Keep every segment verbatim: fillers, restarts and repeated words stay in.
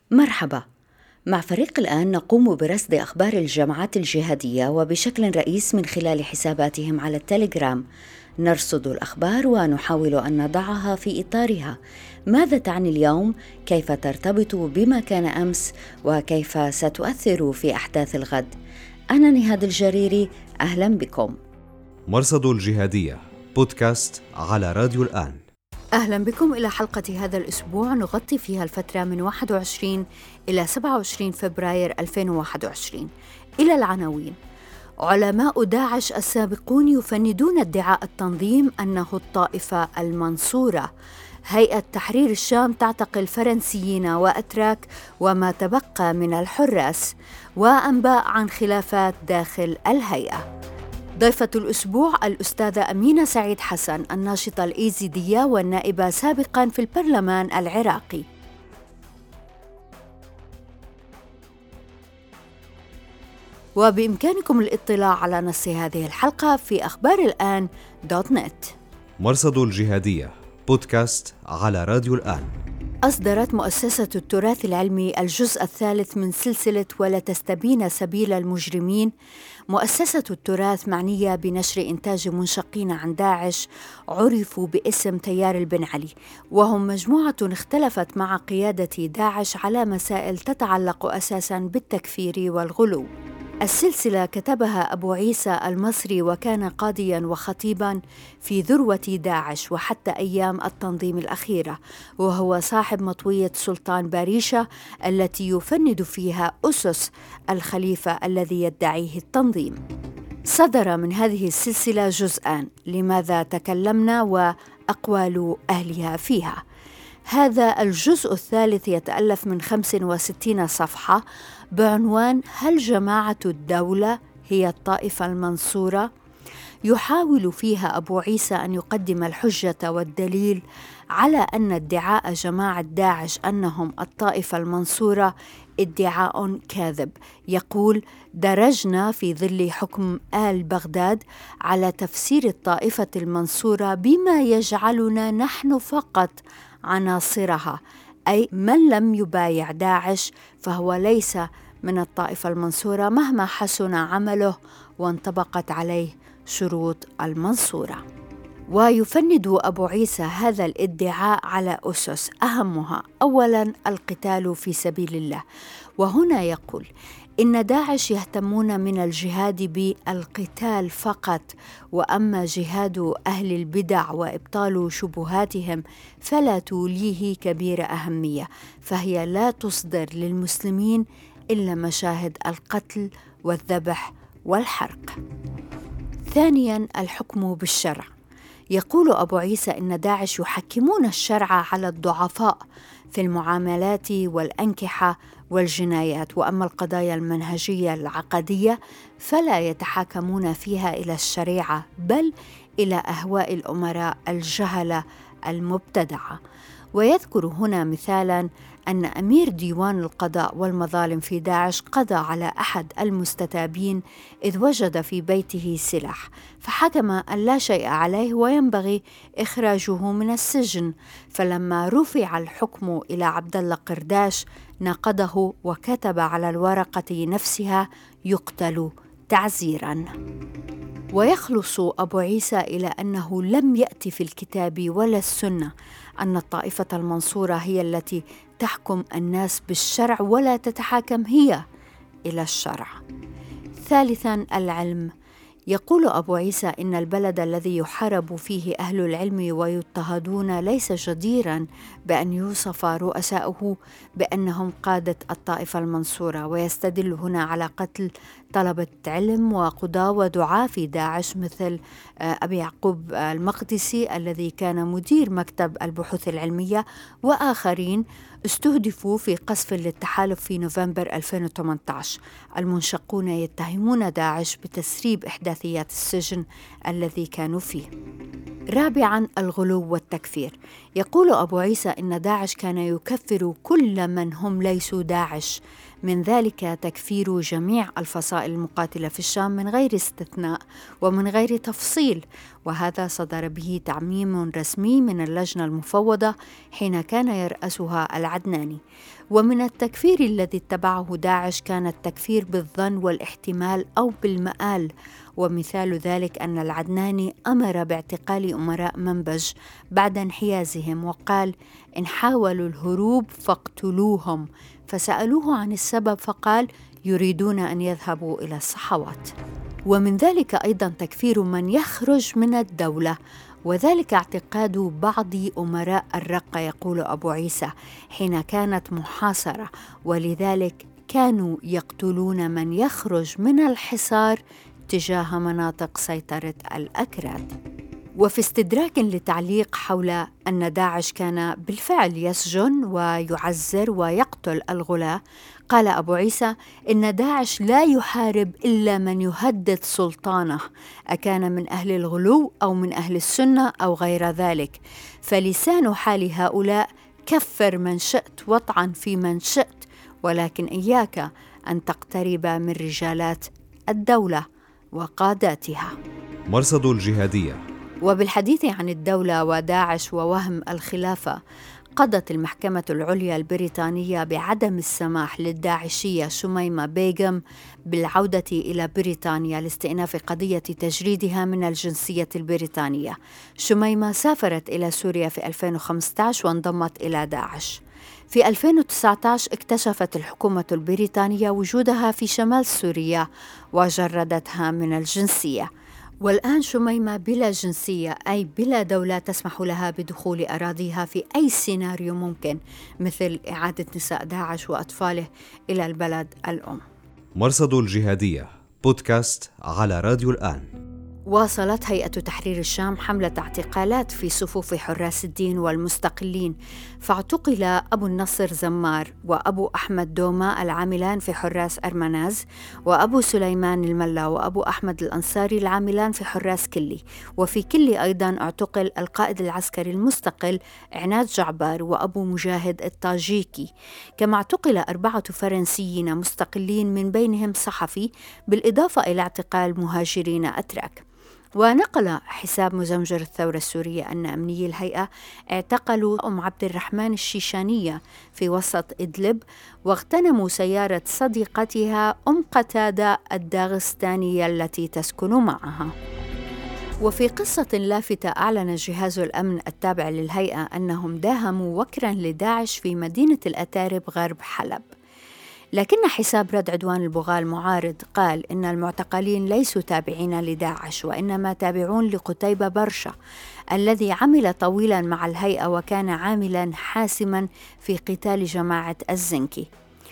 مرحبا. مع فريق الآن نقوم برصد أخبار الجماعات الجهادية وبشكل رئيس من خلال حساباتهم على التليجرام. نرصد الأخبار ونحاول أن نضعها في إطارها. ماذا تعني اليوم؟ كيف ترتبط بما كان أمس؟ وكيف ستؤثر في أحداث الغد؟ أنا نهاد الجريري، أهلا بكم. مرصد الجهادية بودكاست على راديو الآن. أهلا بكم إلى حلقة هذا الأسبوع نغطي فيها الفترة من واحد وعشرين إلى سبعة وعشرين فبراير ألفين وواحد وعشرين. إلى العناوين: علماء داعش السابقون يفندون ادعاء التنظيم أنه الطائفة المنصورة. هيئة تحرير الشام تعتقل فرنسيين وأتراك وما تبقى من الحراس. وأنباء عن خلافات داخل الهيئة. ضيفة الأسبوع الأستاذة أمينة سعيد حسن، الناشطة الإيزيدية والنائبة سابقاً في البرلمان العراقي. وبإمكانكم الاطلاع على نص هذه الحلقة في أخبار الآن دوت نت. مرصد الجهادية بودكاست على راديو الآن. أصدرت مؤسسة التراث العلمي الجزء الثالث من سلسلة ولا تستبين سبيل المجرمين. مؤسسة التراث معنية بنشر إنتاج منشقين عن داعش عرفوا باسم تيار البن علي، وهم مجموعة اختلفت مع قيادة داعش على مسائل تتعلق أساساً بالتكفير والغلو. السلسلة كتبها أبو عيسى المصري، وكان قاضياً وخطيباً في ذروة داعش وحتى أيام التنظيم الأخيرة، وهو صاحب مطوية سلطان باريشة التي يفند فيها أسس الخليفة الذي يدعيه التنظيم. صدر من هذه السلسلة جزءان: لماذا تكلمنا وأقوال أهلها فيها. هذا الجزء الثالث يتألف من خمس وستين صفحة بعنوان هل جماعة الدولة هي الطائفة المنصورة؟ يحاول فيها أبو عيسى أن يقدم الحجة والدليل على أن ادعاء جماعة داعش أنهم الطائفة المنصورة ادعاء كاذب. يقول: درجنا في ظل حكم آل بغداد على تفسير الطائفة المنصورة بما يجعلنا نحن فقط عناصرها، أي من لم يبايع داعش فهو ليس من الطائفة المنصورة مهما حسن عمله وانطبقت عليه شروط المنصورة. ويفند أبو عيسى هذا الادعاء على أسس، أهمها أولاً القتال في سبيل الله. وهنا يقول إن داعش يهتمون من الجهاد بالقتال فقط، وأما جهاد أهل البدع وإبطال شبهاتهم فلا توليه كبير أهمية، فهي لا تصدر للمسلمين إلا مشاهد القتل والذبح والحرق. ثانياً الحكم بالشرع. يقول أبو عيسى إن داعش يحكمون الشرع على الضعفاء في المعاملات والأنكحة والجنايات، وأما القضايا المنهجية العقدية فلا يتحاكمون فيها إلى الشريعة بل إلى أهواء الأمراء الجهلة المبتدعة. ويذكر هنا مثالاً أن أمير ديوان القضاء والمظالم في داعش قضى على أحد المستتابين إذ وجد في بيته سلاح، فحكم أن لا شيء عليه وينبغي إخراجه من السجن. فلما رفع الحكم إلى عبد الله قرداش نقضه وكتب على الورقة نفسها: يقتل تعزيراً. ويخلص أبو عيسى إلى أنه لم يأتي في الكتاب ولا السنة أن الطائفة المنصورة هي التي تحكم الناس بالشرع ولا تتحاكم هي إلى الشرع. ثالثاً العلم. يقول أبو عيسى إن البلد الذي يحارب فيه أهل العلم ويضطهدون ليس جديراً بأن يوصف رؤساؤه بأنهم قادة الطائفة المنصورة، ويستدل هنا على قتل طلبة علم وقضاة ودعاة في داعش مثل أبي يعقوب المقدسي الذي كان مدير مكتب البحوث العلمية، وآخرين استهدفوا في قصف للتحالف في نوفمبر ألفين وثمانية عشر. المنشقون يتهمون داعش بتسريب إحداثيات السجن الذي كانوا فيه. رابعاً الغلو والتكفير. يقول أبو عيسى إن داعش كان يكفر كل من هم ليسوا داعش، من ذلك تكفير جميع الفصائل المقاتلة في الشام من غير استثناء ومن غير تفصيل، وهذا صدر به تعميم رسمي من اللجنة المفوضة حين كان يرأسها العدناني. ومن التكفير الذي اتبعه داعش كان التكفير بالظن والاحتمال أو بالمآل، ومثال ذلك أن العدناني أمر باعتقال أمراء منبج بعد انحيازهم، وقال: إن حاولوا الهروب فاقتلوهم، فسألوه عن السبب فقال: يريدون أن يذهبوا إلى الصحوات. ومن ذلك أيضا تكفير من يخرج من الدولة، وذلك اعتقاد بعض أمراء الرقة، يقول أبو عيسى، حين كانت محاصرة، ولذلك كانوا يقتلون من يخرج من الحصار تجاه مناطق سيطرة الأكراد. وفي استدراك لتعليق حول أن داعش كان بالفعل يسجن ويعزر ويقتل الغلاة، قال أبو عيسى: إن داعش لا يحارب إلا من يهدد سلطانه، أكان من أهل الغلو أو من أهل السنة أو غير ذلك، فلسان حال هؤلاء: كفر من شئت واطعن في من شئت، ولكن إياك أن تقترب من رجالات الدولة وقاداتها. مرصد الجهادية. وبالحديث عن الدولة وداعش ووهم الخلافة، قضت المحكمة العليا البريطانية بعدم السماح للداعشية شميمة بيغم بالعودة إلى بريطانيا لاستئناف قضية تجريدها من الجنسية البريطانية. شميمة سافرت إلى سوريا في ألفين وخمسة عشر وانضمت إلى داعش. في ألفين وتسعة عشر اكتشفت الحكومة البريطانية وجودها في شمال سوريا وجردتها من الجنسية، والآن شميمة بلا جنسية، أي بلا دولة تسمح لها بدخول أراضيها في أي سيناريو ممكن، مثل إعادة نساء داعش وأطفاله إلى البلد الأم. مرصد الجهادية بودكاست على راديو الآن. واصلت هيئة تحرير الشام حملة اعتقالات في صفوف حراس الدين والمستقلين، فاعتقل أبو النصر زمار وأبو أحمد دوما العاملان في حراس أرمناز، وأبو سليمان الملا وأبو أحمد الأنصاري العاملان في حراس كلي. وفي كلي أيضاً اعتقل القائد العسكري المستقل عناد جعبار وأبو مجاهد الطاجيكي، كما اعتقل أربعة فرنسيين مستقلين من بينهم صحفي، بالإضافة إلى اعتقال مهاجرين أتراك. ونقل حساب مزمجر الثورة السورية أن أمنيي الهيئة اعتقلوا أم عبد الرحمن الشيشانية في وسط إدلب، واغتنموا سيارة صديقتها أم قتادة الداغستانية التي تسكن معها. وفي قصة لافتة، أعلن جهاز الأمن التابع للهيئة أنهم داهموا وكراً لداعش في مدينة الأتارب غرب حلب، لكن حساب رد عدوان البغاة المعارض قال إن المعتقلين ليسوا تابعين لداعش، وإنما تابعون لقتيبة برشا الذي عمل طويلاً مع الهيئة وكان عاملاً حاسماً في قتال جماعة الزنكي.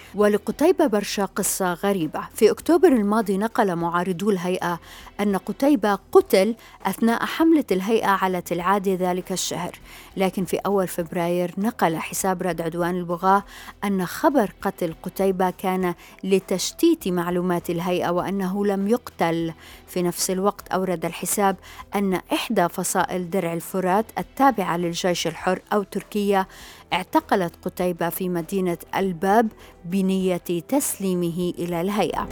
ولقتيبة برشا قصة غريبة. في أكتوبر الماضي نقل معارضو الهيئة أن قتيبة قتل أثناء حملة الهيئة على تلعاد ذلك الشهر، لكن في أول فبراير نقل حساب رد عدوان البغاة أن خبر قتل قتيبة كان لتشتيت معلومات الهيئة وأنه لم يقتل. في نفس الوقت أورد الحساب أن إحدى فصائل درع الفرات التابعة للجيش الحر أو تركيا اعتقلت قتيبة في مدينة الباب بنية تسليمه إلى الهيئة.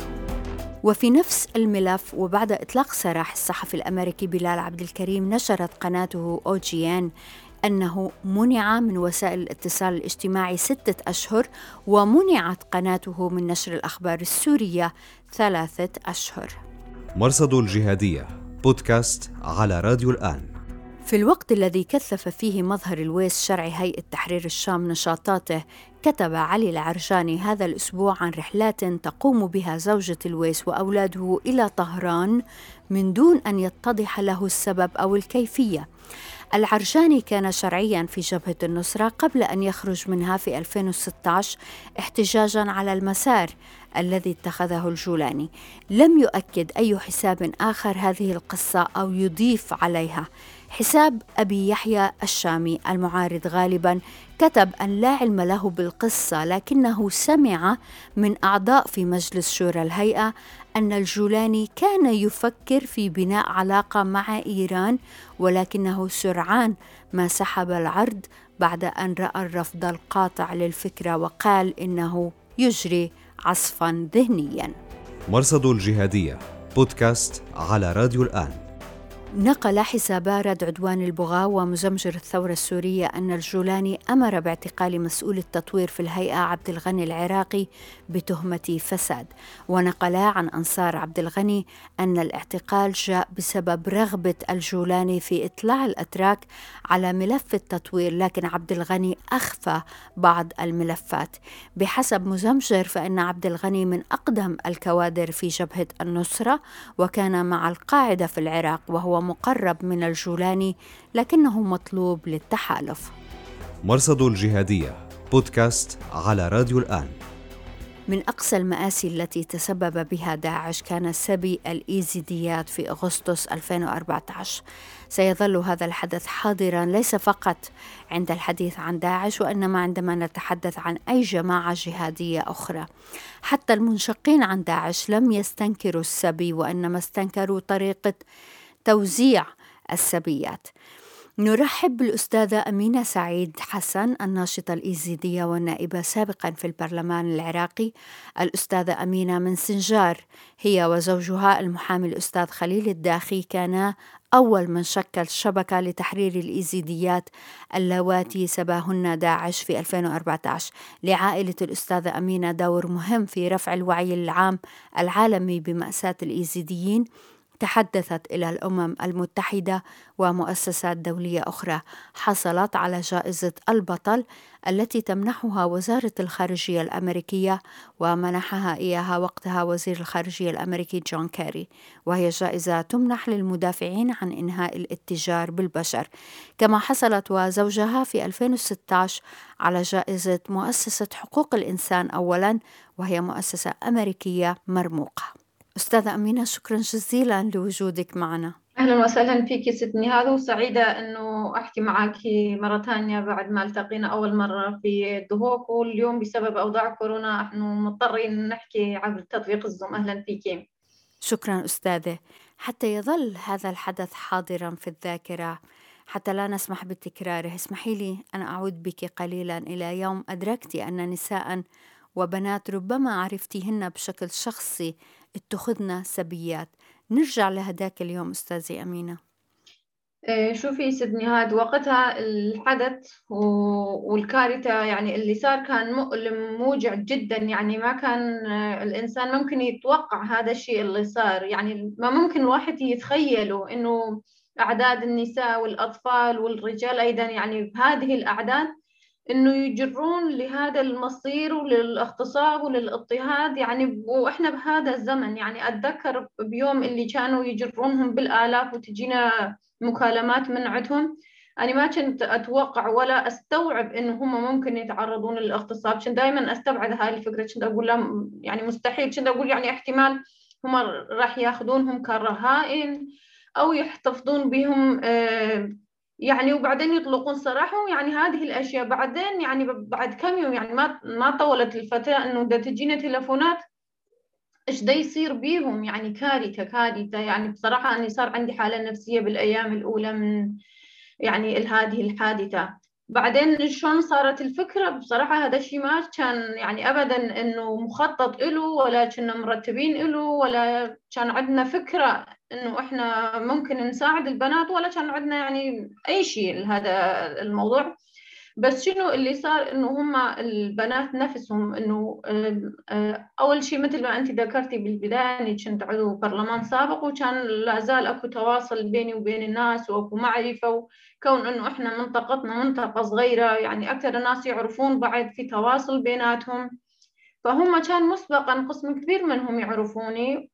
وفي نفس الملف وبعد إطلاق سراح الصحفي الأمريكي بلال عبد الكريم، نشرت قناته أو جي إن أنه منع من وسائل الاتصال الاجتماعي ستة أشهر، ومنعت قناته من نشر الأخبار السورية ثلاثة أشهر. مرصد الجهادية بودكاست على راديو الآن. في الوقت الذي كثف فيه مظهر الويس شرعي هيئة تحرير الشام نشاطاته، كتب علي العرجاني هذا الأسبوع عن رحلات تقوم بها زوجة الويس وأولاده إلى طهران من دون أن يتضح له السبب أو الكيفية. العرجاني كان شرعياً في جبهة النصرة قبل أن يخرج منها في ألفين وستة عشر احتجاجاً على المسار الذي اتخذه الجولاني. لم يؤكد أي حساب آخر هذه القصة أو يضيف عليها. حساب أبي يحيى الشامي المعارض غالباً كتب أن لا علم له بالقصة، لكنه سمع من أعضاء في مجلس شورى الهيئة أن الجولاني كان يفكر في بناء علاقة مع إيران، ولكنه سرعان ما سحب العرض بعد أن رأى الرفض القاطع للفكرة، وقال إنه يجري عصفاً ذهنياً. مرصد الجهادية بودكاست على راديو الآن. نقل حساب رد عدوان البغاة ومزمجر الثورة السورية أن الجولاني أمر باعتقال مسؤول التطوير في الهيئة عبد الغني العراقي بتهمة فساد. ونقلا عن أنصار عبد الغني أن الاعتقال جاء بسبب رغبة الجولاني في إطلاع الأتراك على ملف التطوير، لكن عبد الغني أخفى بعض الملفات. بحسب مزمجر فإن عبد الغني من أقدم الكوادر في جبهة النصرة، وكان مع القاعدة في العراق، وهو مقرب من الجولاني لكنه مطلوب للتحالف. مرصد الجهادية بودكاست على راديو الآن. من أقصى المآسي التي تسبب بها داعش كان سبي الإيزيديات في أغسطس ألفين وأربعة عشر. سيظل هذا الحدث حاضراً ليس فقط عند الحديث عن داعش، وإنما عندما نتحدث عن أي جماعة جهادية أخرى. حتى المنشقين عن داعش لم يستنكروا السبي، وإنما استنكروا طريقة توزيع السبيات. نرحب بالأستاذة أمينة سعيد حسن، الناشطة الإيزيدية والنائبة سابقا في البرلمان العراقي. الأستاذة أمينة من سنجار، هي وزوجها المحامي الأستاذ خليل الداخي كانا أول من شكل شبكة لتحرير الإيزيديات اللواتي سباهن داعش في ألفين وأربعة عشر. لعائلة الأستاذة أمينة دور مهم في رفع الوعي العام العالمي بمأساة الإيزيديين. تحدثت إلى الأمم المتحدة ومؤسسات دولية أخرى. حصلت على جائزة البطل التي تمنحها وزارة الخارجية الأمريكية، ومنحها إياها وقتها وزير الخارجية الأمريكي جون كيري، وهي جائزة تمنح للمدافعين عن إنهاء الاتجار بالبشر. كما حصلت وزوجها في ألفين وستة عشر على جائزة مؤسسة حقوق الإنسان أولاً، وهي مؤسسة أمريكية مرموقة. أستاذة أمينة، شكرا جزيلا لوجودك معنا. أهلا وسهلا فيك ست نهاد، وسعيدة أنه أحكي معك مرة ثانية بعد ما التقينا أول مرة في الدهوك، واليوم بسبب أوضاع كورونا نحن مضطرين نحكي عبر تطبيق الزوم. أهلا فيك. شكرا أستاذة. حتى يظل هذا الحدث حاضرا في الذاكرة، حتى لا نسمح بتكراره، اسمحي لي أن أعود بك قليلا إلى يوم أدركت أن نساء وبنات ربما عرفتيهن بشكل شخصي اتخذنا سبيات. نرجع لهداك اليوم أستاذي أمينة. شوفي سيدني، هاد وقتها الحدث والكارثة يعني اللي صار كان مؤلم موجع جدا. يعني ما كان الإنسان ممكن يتوقع هذا الشيء اللي صار. يعني ما ممكن الواحد يتخيله إنه أعداد النساء والأطفال والرجال أيضا، يعني بهذه الأعداد، إنه يجرون لهذا المصير وللاغتصاب وللاضطهاد. يعني وإحنا بهذا الزمن، يعني أتذكر بيوم اللي كانوا يجرونهم بالآلاف وتجينا مكالمات من عندهم. أنا ما كنت أتوقع ولا أستوعب إنه هم ممكن يتعرضون للاغتصاب. كنت دائما أستبعد هاي الفكرة، كنت أقول لا يعني مستحيل. كنت أقول يعني احتمال هم راح ياخذونهم كرهائن أو يحتفظون بهم آه يعني وبعدين يطلقون سراحهم. يعني هذه الأشياء بعدين يعني بعد كم يوم، يعني ما ما طولت الفترة، إنه دا تجينا تلفونات إيش دا يصير بيهم. يعني كارثة كارثة. يعني بصراحة أنا صار عندي حالة نفسية بالأيام الأولى من يعني هذه الحادثة. بعدين شلون صارت الفكرة؟ بصراحة هذا الشيء ما كان يعني أبدا إنه مخطط له، ولا كنا مرتبين له، ولا كان عندنا فكرة إنه إحنا ممكن نساعد البنات، ولا كان عندنا يعني أي شيء لهذا الموضوع. بس شنو اللي صار؟ إنه هم البنات نفسهم إنه أول شيء مثل ما أنت ذكرتي بالبداية، أني كنت عضو برلمان سابق، وكان لا زال أكو تواصل بيني وبين الناس وأكو معرفة، وكون إنه إحنا منطقتنا منطقة صغيرة، يعني أكثر الناس يعرفون بعد، في تواصل بيناتهم. فهم كان مسبقا قسم كبير منهم يعرفوني،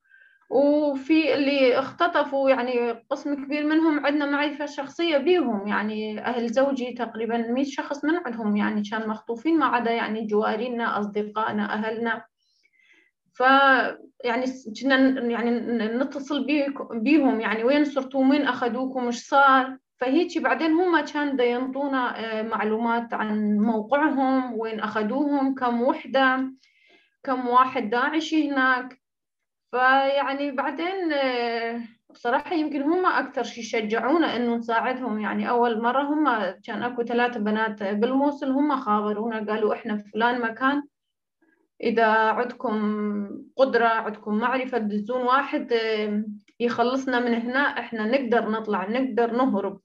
وفي اللي اختطفوا يعني قسم كبير منهم عندنا معرفة شخصية بيهم. يعني أهل زوجي تقريبا مئة شخص من عندهم يعني كان مخطوفين، ما عدا يعني جوارينا أصدقائنا أهلنا. ف يعني كنا يعني نتصل بيهم، يعني وين صرتوا، وين أخذوكم، إيش صار. فهيك بعدين هم كان ينطونا معلومات عن موقعهم، وين أخذوهم، كم وحدة، كم واحد داعشي هناك. فيعني بعدين بصراحة يمكن هم أكثر شيء شجعونا إنه نساعدهم. يعني أول مرة هم كان أكو ثلاثة بنات بالموصل، هم خابرونا قالوا إحنا في فلان مكان إذا عندكم قدرة، عندكم معرفة، تدزون واحد يخلصنا من هنا، إحنا نقدر نطلع، نقدر نهرب.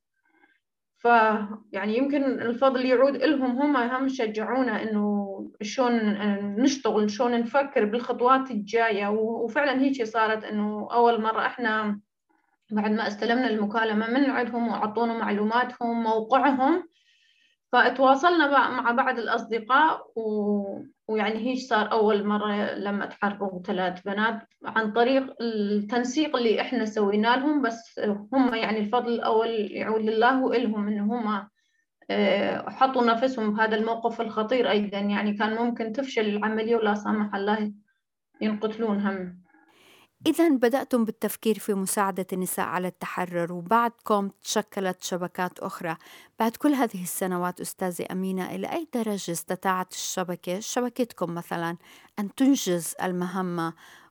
فيعني يمكن الفضل يعود لهم، هم هم شجعونا إنه شلون نشتغل، شلون نفكر بالخطوات الجاية. وفعلا هيك صارت، إنه أول مرة إحنا بعد ما استلمنا المكالمة من عندهم وعطونا معلوماتهم موقعهم، فتواصلنا مع بعض الأصدقاء و... ويعني هيك صار أول مرة لما تحرروا ثلاث بنات عن طريق التنسيق اللي إحنا سوينا لهم. بس هم يعني الفضل الأول يعود لله وإلهم، إن هم حطوا نفسهم بهذا الموقف الخطير أيضا. يعني كان ممكن تفشل العملية ولا سامح الله ينقتلون هم. إذا بدأتم بالتفكير في مساعدة النساء على التحرر، وبعدكم تشكلت شبكات أخرى. بعد كل هذه السنوات أستاذة أمينة، إلى أي درجة استطاعت الشبكة، شبكتكم مثلا، أن تنجز المهمة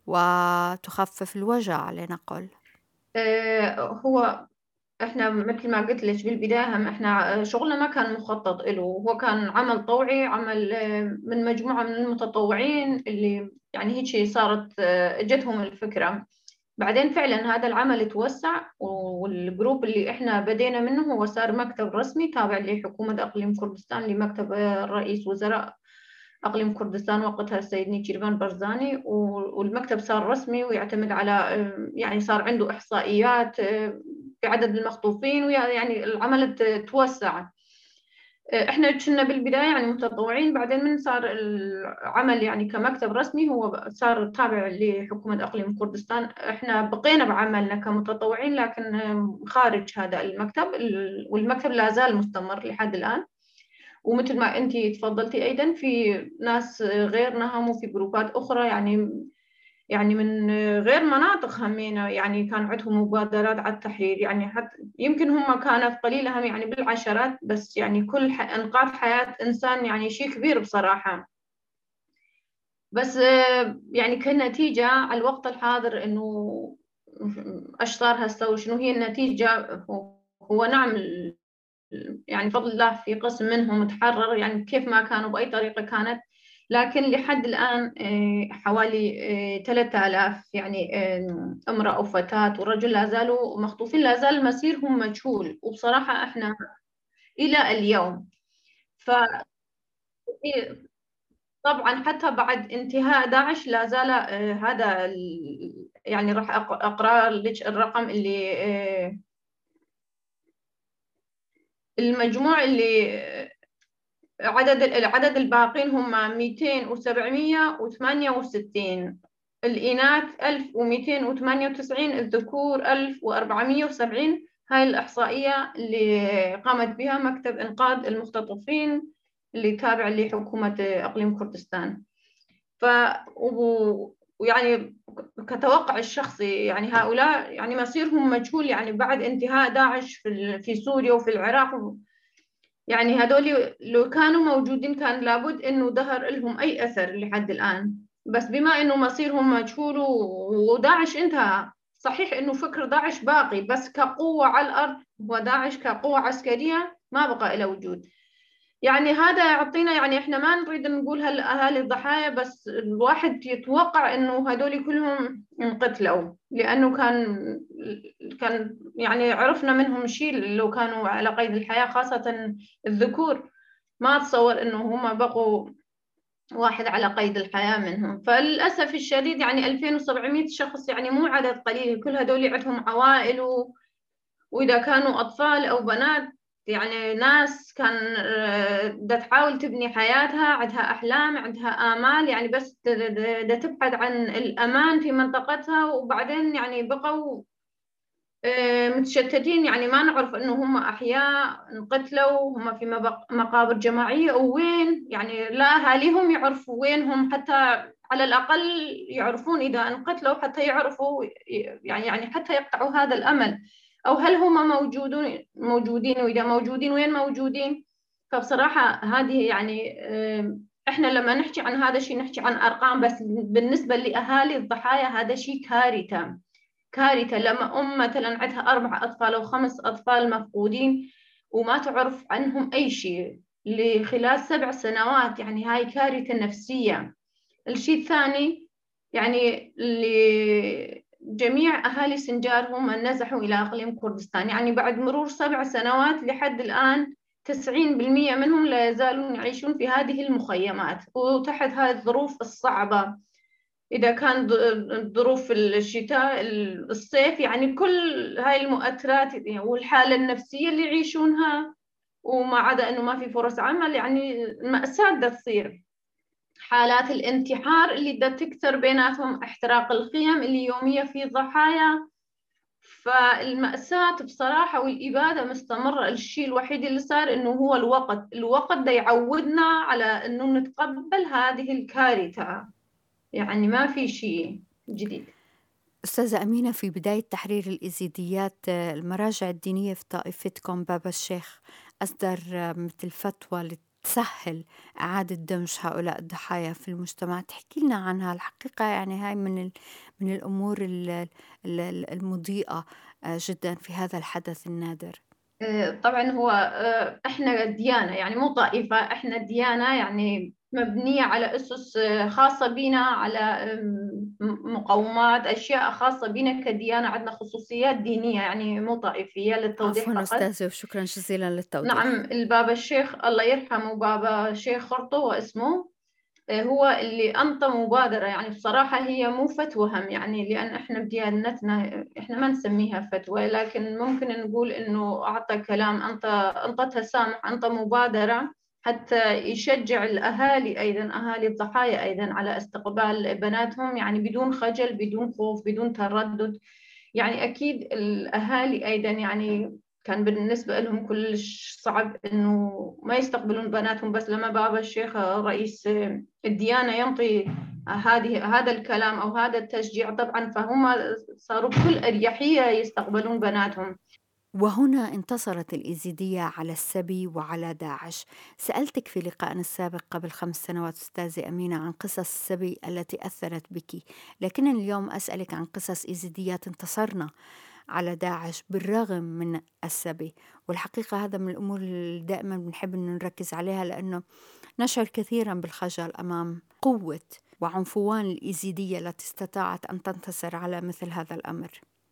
وتخفف الوجع لنقل؟ آه هو احنا مثل ما قلت لك بالبداية، هم احنا شغلنا ما كان مخطط له، هو كان عمل طوعي، عمل من مجموعة من المتطوعين اللي يعني هيك صارت جتهم الفكرة. بعدين فعلا هذا العمل توسع، والجروب اللي احنا بدينا منه هو صار مكتب رسمي تابع لحكومة أقليم كردستان، لمكتب رئيس وزراء أقليم كردستان وقتها السيد نيتشيرفان برزاني. والمكتب صار رسمي ويعتمد على، يعني صار عنده إحصائيات بعدد المخطوفين، ويعني العمل توسع. احنا كنا بالبداية يعني متطوعين، بعدين من صار العمل يعني كمكتب رسمي هو صار تابع لحكومة أقليم كردستان. احنا بقينا بعملنا كمتطوعين لكن خارج هذا المكتب، والمكتب لا زال مستمر لحد الآن. ومثل ما أنت تفضلتي أيضا، في ناس غيرنا هم في جروبات أخرى، يعني يعني من غير مناطق همينة، يعني كان عندهم مبادرات على التحرير. يعني حتى يمكن هم كانت قليلة، هم يعني بالعشرات، بس يعني كل إنقاذ حياة إنسان يعني شيء كبير بصراحة. بس يعني كنتيجة على الوقت الحاضر إنه إيش صار هسه وشنو هي النتيجة، هو نعم يعني بفضل الله في قسم منهم تحرر، يعني كيف ما كانوا بأي طريقة كانت. لكن لحد الآن حوالي ثلاثة آلاف يعني امرأة وفتاة ورجل لا زالوا مخطوفين، لا زال مسيرهم مجهول. وبصراحة احنا إلى اليوم ف طبعا حتى بعد انتهاء داعش لا زال هذا يعني راح أقرأ لك الرقم اللي المجموع اللي عدد العدد الباقين هم مئتين وسبعمئة وثمانية وستين، الإناث ألف ومئتين وثمانية وتسعين، الذكور ألف وأربعمئة وسبعين. هاي الإحصائية اللي قامت بها مكتب إنقاذ المختطفين اللي تابع لحكومة أقليم كردستان. ف ويعني كتوقع الشخصي يعني هؤلاء يعني مصيرهم مجهول، يعني بعد انتهاء داعش في في سوريا وفي العراق. يعني هذول لو كانوا موجودين كان لابد إنه ظهر لهم أي أثر لحد الآن. بس بما إنه مصيرهم مجهول وداعش انتهى، صحيح إنه فكر داعش باقي، بس كقوة على الأرض وداعش كقوة عسكرية ما بقى له وجود. يعني هذا يعطينا، يعني إحنا ما نريد نقول هالأهالي الضحايا، بس الواحد يتوقع إنه هذول كلهم انقتلوا، لأنه كان كان يعني عرفنا منهم شيء لو كانوا على قيد الحياة، خاصة الذكور. ما أتصور إنه هم بقوا واحد على قيد الحياة منهم. فللأسف الشديد يعني ألفين وسبعمئة شخص يعني مو عدد قليل، كل هذول عندهم عوائل و... وإذا كانوا أطفال أو بنات، يعني ناس كان دا تحاول تبني حياتها، عندها أحلام، عندها آمال، يعني بس دا تبحث عن الأمان في منطقتها، وبعدين يعني بقوا متشتتين، يعني ما نعرف إنه هم أحياء انقتلوا، هم في مقابر جماعية وين، يعني لا أهاليهم يعرفوا وينهم، حتى على الأقل يعرفون إذا انقتلوا حتى يعرفوا، يعني يعني حتى يقطعوا هذا الأمل، أو هل هم موجودون موجودين، وإذا موجودين وين موجودين. فبصراحة هذه يعني إحنا لما نحكي عن هذا الشيء نحكي عن أرقام، بس بالنسبة لأهالي الضحايا هذا شيء كارثة كارثة. لما أم مثلا عندها أربع أطفال أو خمس أطفال مفقودين وما تعرف عنهم أي شيء لخلال سبع سنوات، يعني هاي كارثة نفسية. الشيء الثاني يعني اللي جميع أهالي سنجار هم نزحوا إلى إقليم كردستان، يعني بعد مرور سبع سنوات لحد الآن تسعين بالمئة منهم لا يزالون يعيشون في هذه المخيمات وتحت هذه الظروف الصعبة. إذا كان ظروف الشتاء الصيف، يعني كل هاي المؤثرات والحالة النفسية اللي يعيشونها، وما عدا أنه ما في فرص عمل، يعني المأساة دا تصير. حالات الانتحار اللي دا تكثر بيناتهم، احتراق الخيم اللي يوميا في ضحايا. فالمأساة بصراحة والإبادة مستمرة. الشيء الوحيد اللي صار إنه هو الوقت الوقت دا يعودنا على إنه نتقبل هذه الكارثة، يعني ما في شيء جديد. أستاذة أمينة، في بداية تحرير الإيزيديات المراجع الدينية في طائفتكم بابا الشيخ أصدر مثل فتوى تسهل إعادة دمج هؤلاء الضحايا في المجتمع. تحكي لنا عنها. الحقيقة يعني هاي من من الأمور المضيئة جدا في هذا الحدث النادر. طبعا هو احنا ديانة، يعني مو طائفة، احنا ديانة يعني مبنية على أسس خاصة بنا، على مقومات أشياء خاصة بنا كديانة، عندنا خصوصيات دينية يعني مو طائفية. للتوضيح عفوا فقط. أستاذة وشكرا جزيلا للتوضيح. نعم، البابا الشيخ الله يرحمه، بابا شيخ خرطو واسمه، هو اللي أنطى مبادرة. يعني بصراحة هي مو فتوى هم، يعني لأن إحنا بديانتنا إحنا ما نسميها فتوى، لكن ممكن نقول إنه أعطى كلام، أنطى أنطى تسامح، أنطى مبادرة حتى يشجع الأهالي أيضا، أهالي الضحايا أيضا، على استقبال بناتهم، يعني بدون خجل، بدون خوف، بدون تردد. يعني أكيد الأهالي أيضا يعني كان بالنسبة لهم كلش صعب إنه ما يستقبلون بناتهم، بس لما بابا الشيخ رئيس الديانة ينطي هذه هذا الكلام أو هذا التشجيع، طبعا فهم صاروا بكل أريحية يستقبلون بناتهم. وهنا انتصرت الإيزيدية على السبي وعلى داعش. سألتك في لقائنا السابق قبل خمس سنوات أستاذة أمينة عن قصص السبي التي أثرت بك، لكن اليوم أسألك عن قصص إيزيديات انتصرنا على داعش بالرغم من السبي. والحقيقة هذا من الأمور اللي دائما بنحب أن نركز عليها، لأنه نشعر كثيرا بالخجل أمام قوة وعنفوان الإيزيدية التي استطاعت أن تنتصر على مثل هذا الأمر.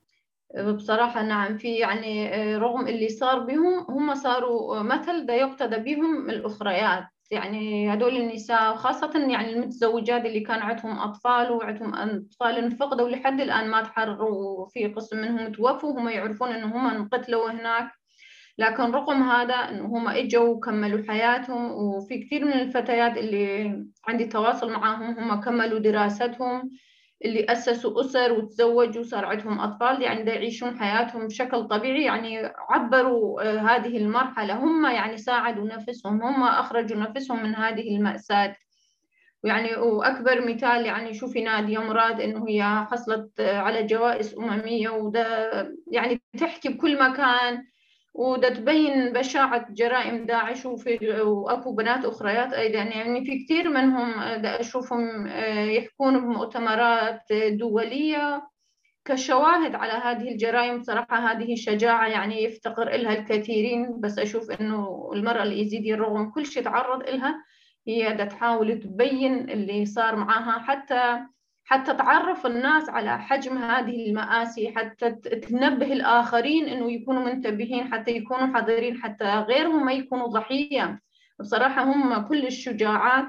بصراحة نعم، في يعني رغم اللي صار بهم، هم صاروا مثل دا يقتدى بهم الأخريات. يعني هدول النساء خاصة يعني المتزوجات اللي كان عندهم أطفال وعندهم أطفال انفقدوا لحد الآن ما تحرروا، وفي قسم منهم توفوا، هم يعرفون إنه هم انقتلوا هناك، لكن رغم هذا إنه هم إجوا وكملوا حياتهم. وفي كثير من الفتيات اللي عندي تواصل معهم هم كملوا دراستهم، اللي أسسوا أسر وتزوجوا وصار عندهم أطفال، يعني دا يعيشون حياتهم بشكل طبيعي. يعني عبروا هذه المرحلة، هم يعني ساعدوا نفسهم، هم أخرجوا نفسهم من هذه المأساة. ويعني وأكبر مثال يعني شوفي نادية مراد، إنه هي حصلت على جوائز أممية، وده يعني تحكي بكل مكان، وده تبين بشاعة جرائم داعش. وفي وأكو بنات أخريات أيضا، يعني في كثير منهم دا أشوفهم يحكون بمؤتمرات دولية كشواهد على هذه الجرائم. صراحة هذه شجاعة يعني يفتقر إلها الكثيرين. بس أشوف إنه المرأة الإيزيدية رغم كل شيء تعرض إلها، هي دا تحاول تبين اللي صار معها، حتى حتى تعرف الناس على حجم هذه المآسي، حتى تنبه الآخرين إنه يكونوا منتبهين، حتى يكونوا حذرين، حتى غيرهم ما يكونوا ضحية. بصراحة هم كل الشجاعات.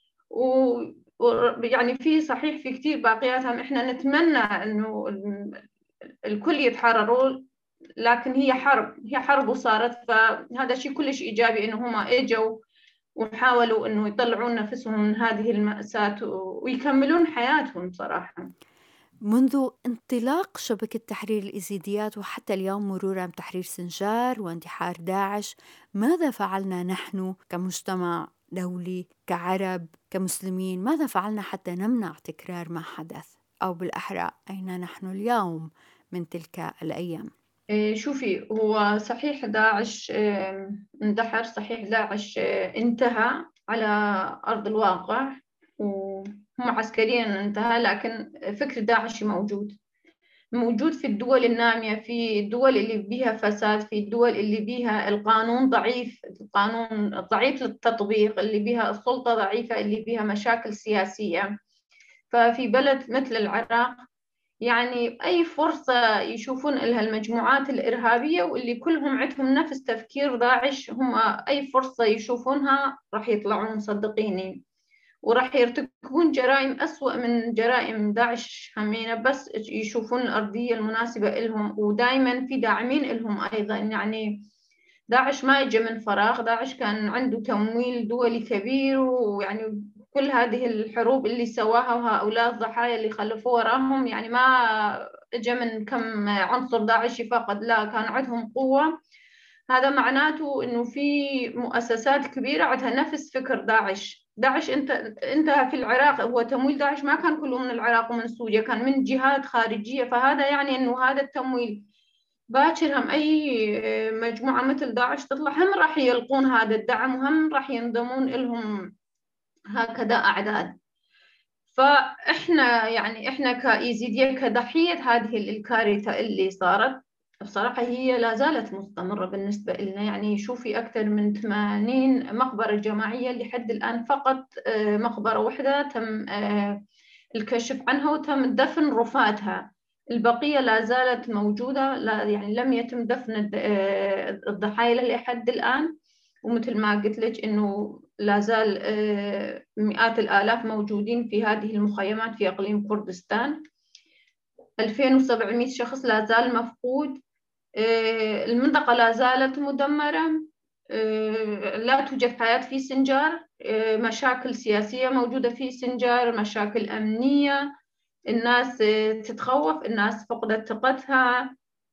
و يعني في صحيح في كتير باقياتهم، إحنا نتمنى إنه الكل يتحرروا، لكن هي حرب هي حرب وصارت. فهذا شيء كلش إيجابي إنه هم إجوا وحاولوا إنه يطلعون نفسهم من هذه المأساة ويكملون حياتهم صراحة. منذ انطلاق شبكة تحرير الإيزيديات وحتى اليوم مرورا بتحرير سنجار واندحار داعش، ماذا فعلنا نحن كمجتمع دولي، كعرب، كمسلمين؟ ماذا فعلنا حتى نمنع تكرار ما حدث؟ أو بالأحرى أين نحن اليوم من تلك الأيام؟ شوفي، هو صحيح داعش اندحر، صحيح داعش انتهى على أرض الواقع وهم عسكريا انتهى، لكن فكر داعش موجود موجود في الدول النامية، في الدول اللي بيها فساد، في الدول اللي بيها القانون ضعيف، القانون ضعيف للتطبيق، اللي بيها السلطة ضعيفة، اللي بيها مشاكل سياسية. ففي بلد مثل العراق يعني أي فرصة يشوفون لها المجموعات الإرهابية واللي كلهم عندهم نفس تفكير داعش، هم أي فرصة يشوفونها راح يطلعون مصدقين وراح يرتكبون جرائم أسوأ من جرائم داعش همينة، بس يشوفون الأرضية المناسبة لهم. ودائما في داعمين لهم أيضا، يعني داعش ما يجي من فراغ، داعش كان عنده تمويل دولي كبير، ويعني كل هذه الحروب اللي سواها وهؤلاء الضحايا اللي خلفوا وراهم يعني ما اجى من كم عنصر داعشي فقط، لا كان عندهم قوة. هذا معناته انه في مؤسسات كبيرة عندها نفس فكر داعش. داعش انت انت في العراق، هو تمويل داعش ما كان كله من العراق ومن سوريا، كان من جهات خارجية، فهذا يعني انه هذا التمويل باكر هم أي مجموعة مثل داعش تطلع هم راح يلقون هذا الدعم وهم راح ينضمون لهم هكذا أعداد. فإحنا يعني إحنا كإيزيدية كضحية هذه الكارثة اللي صارت، بصراحة هي لا زالت مستمرة بالنسبة لنا. يعني شوفي أكثر من ثمانين مقبرة جماعية لحد الآن، فقط مقبرة واحدة تم الكشف عنها وتم دفن رفاتها، البقية لا زالت موجودة، لا يعني لم يتم دفن الضحايا لحد الآن. ومثل ما قلت لك إنه لا زال مئات الآلاف موجودين في هذه المخيمات في إقليم كردستان، ألفين وسبعمئة شخص لا زال مفقود. المنطقة لا زالت مدمرة، لا توجد حياة في سنجار، مشاكل سياسية موجودة في سنجار، مشاكل أمنية، الناس تتخوف، الناس فقدت ثقتها.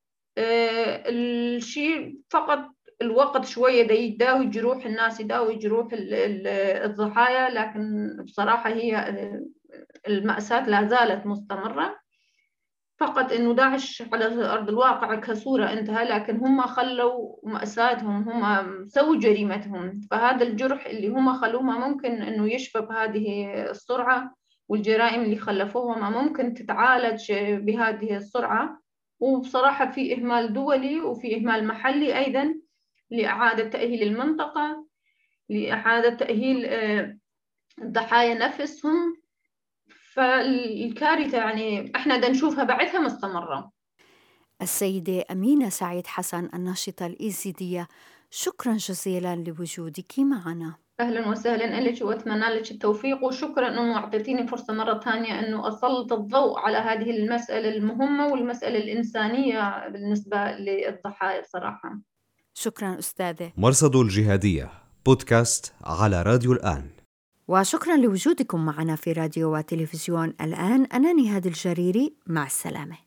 الشيء فقط الوقت شوية دا يداوي جروح الناس، يداوي جروح الضحايا، لكن بصراحة هي المأساة لا زالت مستمرة. فقط إنه داعش على أرض الواقع كصورة انتهى، لكن هم خلوا مأساتهم، هم سووا جريمتهم، فهذا الجرح اللي هم خلوه ما ممكن إنه يشفى بهذه السرعة، والجرائم اللي خلفوها ما ممكن تتعالج بهذه السرعة. وبصراحة في إهمال دولي وفي إهمال محلي أيضا لإعادة تأهيل المنطقة، لإعادة تأهيل الضحايا نفسهم. فالكارثة يعني إحنا دا نشوفها بعدها مستمرة. السيدة أمينة سعيد حسن، الناشطة الإيزيدية، شكرا جزيلا لوجودك معنا. أهلا وسهلا لك، وأتمنى لك التوفيق، وشكرا أنه أعطيتيني فرصة مرة ثانية أنه أسلط الضوء على هذه المسألة المهمة والمسألة الإنسانية بالنسبة للضحايا صراحة. شكرا أستاذة. مرصد الجهادية بودكاست على راديو الآن. وشكرا لوجودكم معنا في راديو وتلفزيون الآن. أنا نهاد الجريري، مع السلامة.